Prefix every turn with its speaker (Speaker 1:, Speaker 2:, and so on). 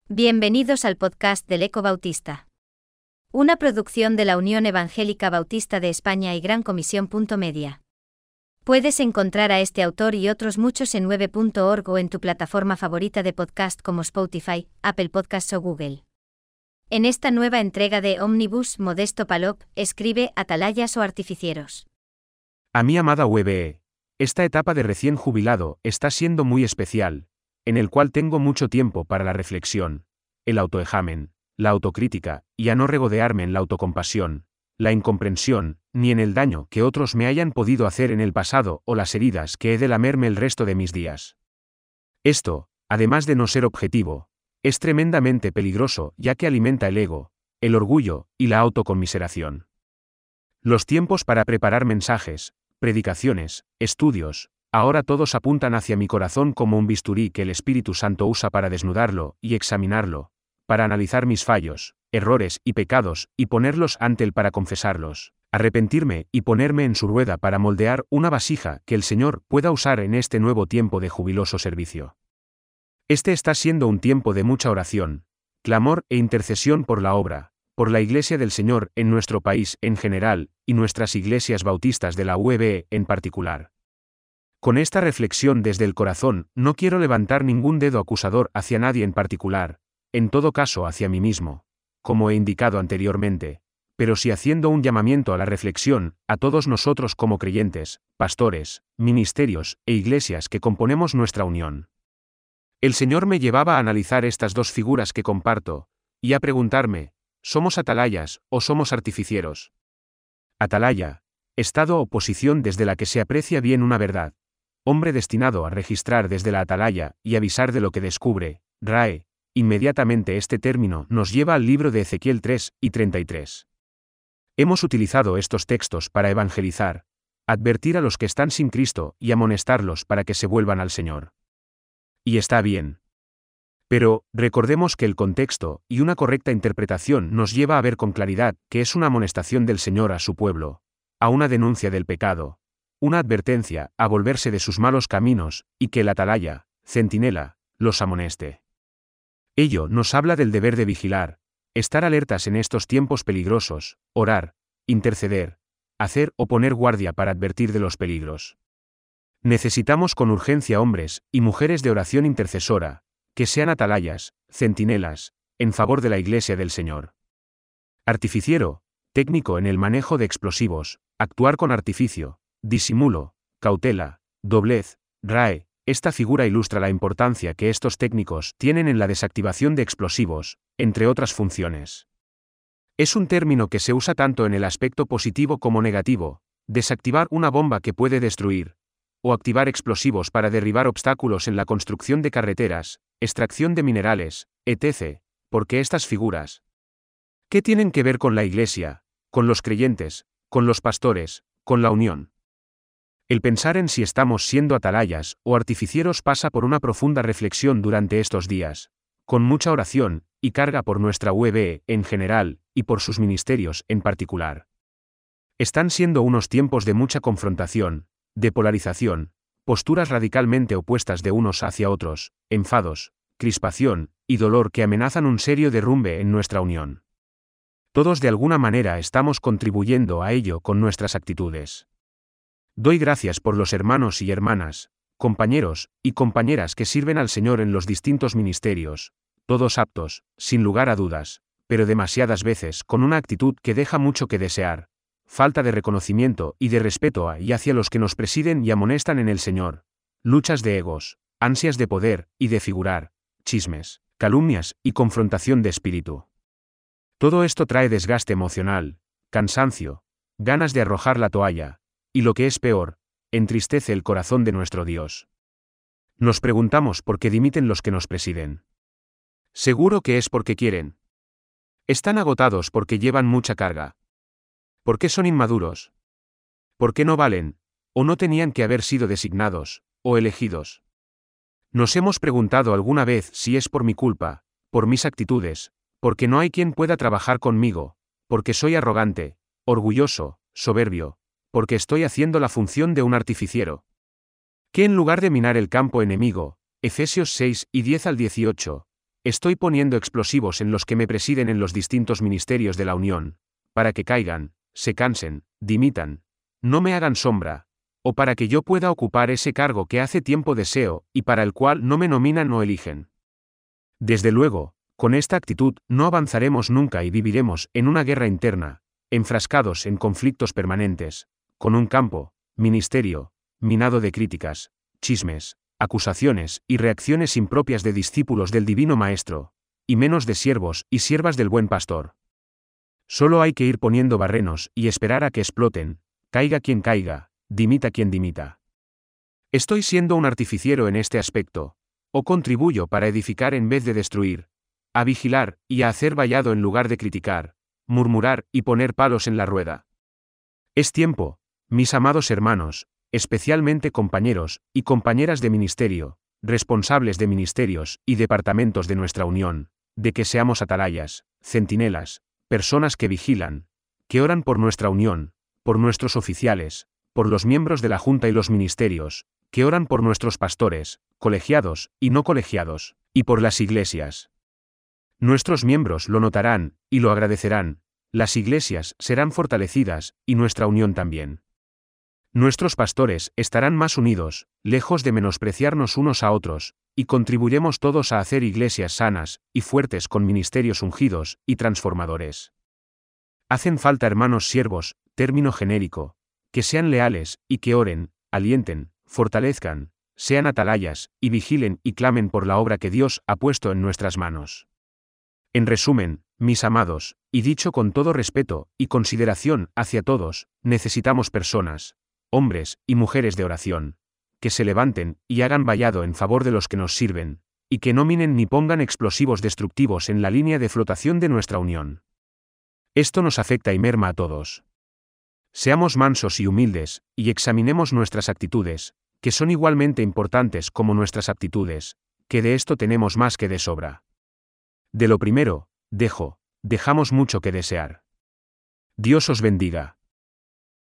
Speaker 1: Bienvenidos al podcast del Eco Bautista. Una producción de la Unión Evangélica Bautista de España y Gran Comisión. Media. Puedes encontrar a este autor y otros muchos en 9.org o en tu plataforma favorita de podcast como Spotify, Apple Podcasts o Google. En esta nueva entrega de Omnibus, Modesto Palop escribe Atalayas o artificieros.
Speaker 2: A mi amada WBE, esta etapa de recién jubilado está siendo muy especial, en el cual tengo mucho tiempo para la reflexión, el autoexamen, la autocrítica, y a no regodearme en la autocompasión, la incomprensión, ni en el daño que otros me hayan podido hacer en el pasado o las heridas que he de lamerme el resto de mis días. Esto, además de no ser objetivo, es tremendamente peligroso ya que alimenta el ego, el orgullo y la autoconmiseración. Los tiempos para preparar mensajes, predicaciones, estudios, ahora todos apuntan hacia mi corazón como un bisturí que el Espíritu Santo usa para desnudarlo y examinarlo, para analizar mis fallos, errores y pecados y ponerlos ante Él para confesarlos, arrepentirme y ponerme en su rueda para moldear una vasija que el Señor pueda usar en este nuevo tiempo de jubiloso servicio. Este está siendo un tiempo de mucha oración, clamor e intercesión por la obra, por la Iglesia del Señor en nuestro país en general y nuestras iglesias bautistas de la UEB en particular. Con esta reflexión desde el corazón, no quiero levantar ningún dedo acusador hacia nadie en particular, en todo caso hacia mí mismo, como he indicado anteriormente, pero sí haciendo un llamamiento a la reflexión, a todos nosotros como creyentes, pastores, ministerios e iglesias que componemos nuestra unión. El Señor me llevaba a analizar estas dos figuras que comparto, y a preguntarme, ¿somos atalayas o somos artificieros? Atalaya, estado o posición desde la que se aprecia bien una verdad. Hombre destinado a registrar desde la atalaya y avisar de lo que descubre, RAE, inmediatamente este término nos lleva al libro de Ezequiel 3 y 33. Hemos utilizado estos textos para evangelizar, advertir a los que están sin Cristo y amonestarlos para que se vuelvan al Señor. Y está bien. Pero, recordemos que el contexto y una correcta interpretación nos lleva a ver con claridad que es una amonestación del Señor a su pueblo, a una denuncia del pecado, una advertencia a volverse de sus malos caminos, y que el atalaya, centinela, los amoneste. Ello nos habla del deber de vigilar, estar alertas en estos tiempos peligrosos, orar, interceder, hacer o poner guardia para advertir de los peligros. Necesitamos con urgencia hombres y mujeres de oración intercesora, que sean atalayas, centinelas, en favor de la Iglesia del Señor. Artificiero, técnico en el manejo de explosivos, actuar con artificio, disimulo, cautela, doblez, RAE, esta figura ilustra la importancia que estos técnicos tienen en la desactivación de explosivos, entre otras funciones. Es un término que se usa tanto en el aspecto positivo como negativo, desactivar una bomba que puede destruir, o activar explosivos para derribar obstáculos en la construcción de carreteras, extracción de minerales, etc., porque estas figuras, ¿qué tienen que ver con la Iglesia, con los creyentes, con los pastores, con la unión? El pensar en si estamos siendo atalayas o artificieros pasa por una profunda reflexión durante estos días, con mucha oración y carga por nuestra UEB en general y por sus ministerios en particular. Están siendo unos tiempos de mucha confrontación, de polarización, posturas radicalmente opuestas de unos hacia otros, enfados, crispación y dolor que amenazan un serio derrumbe en nuestra unión. Todos de alguna manera estamos contribuyendo a ello con nuestras actitudes. Doy gracias por los hermanos y hermanas, compañeros y compañeras que sirven al Señor en los distintos ministerios, todos aptos, sin lugar a dudas, pero demasiadas veces con una actitud que deja mucho que desear, falta de reconocimiento y de respeto a y hacia los que nos presiden y amonestan en el Señor, luchas de egos, ansias de poder y de figurar, chismes, calumnias y confrontación de espíritu. Todo esto trae desgaste emocional, cansancio, ganas de arrojar la toalla, y lo que es peor, entristece el corazón de nuestro Dios. Nos preguntamos por qué dimiten los que nos presiden. Seguro que es porque quieren. Están agotados porque llevan mucha carga. ¿Por qué son inmaduros? ¿Por qué no valen, o no tenían que haber sido designados, o elegidos? Nos hemos preguntado alguna vez si es por mi culpa, por mis actitudes, porque no hay quien pueda trabajar conmigo, porque soy arrogante, orgulloso, soberbio, porque estoy haciendo la función de un artificiero. Que en lugar de minar el campo enemigo, Efesios 6 y 10 al 18, Estoy poniendo explosivos en los que me presiden en los distintos ministerios de la Unión, para que caigan, se cansen, dimitan, no me hagan sombra, o para que yo pueda ocupar ese cargo que hace tiempo deseo y para el cual no me nominan o eligen. Desde luego, con esta actitud no avanzaremos nunca y viviremos en una guerra interna, enfrascados en conflictos permanentes, con un campo, ministerio, minado de críticas, chismes, acusaciones y reacciones impropias de discípulos del Divino Maestro, y menos de siervos y siervas del Buen Pastor. Solo hay que ir poniendo barrenos y esperar a que exploten, caiga quien caiga, dimita quien dimita. ¿Estoy siendo un artificiero en este aspecto, o contribuyo para edificar en vez de destruir, a vigilar y a hacer vallado en lugar de criticar, murmurar y poner palos en la rueda? Es tiempo, mis amados hermanos, especialmente compañeros y compañeras de ministerio, responsables de ministerios y departamentos de nuestra Unión, de que seamos atalayas, centinelas, personas que vigilan, que oran por nuestra Unión, por nuestros oficiales, por los miembros de la Junta y los ministerios, que oran por nuestros pastores, colegiados y no colegiados, y por las iglesias. Nuestros miembros lo notarán y lo agradecerán, las iglesias serán fortalecidas y nuestra Unión también. Nuestros pastores estarán más unidos, lejos de menospreciarnos unos a otros, y contribuiremos todos a hacer iglesias sanas y fuertes con ministerios ungidos y transformadores. Hacen falta hermanos siervos, término genérico, que sean leales y que oren, alienten, fortalezcan, sean atalayas y vigilen y clamen por la obra que Dios ha puesto en nuestras manos. En resumen, mis amados, y dicho con todo respeto y consideración hacia todos, necesitamos personas, hombres y mujeres de oración, que se levanten y hagan vallado en favor de los que nos sirven, y que no minen ni pongan explosivos destructivos en la línea de flotación de nuestra Unión. Esto nos afecta y merma a todos. Seamos mansos y humildes, y examinemos nuestras actitudes, que son igualmente importantes como nuestras aptitudes, que de esto tenemos más que de sobra. De lo primero, dejamos mucho que desear. Dios os bendiga.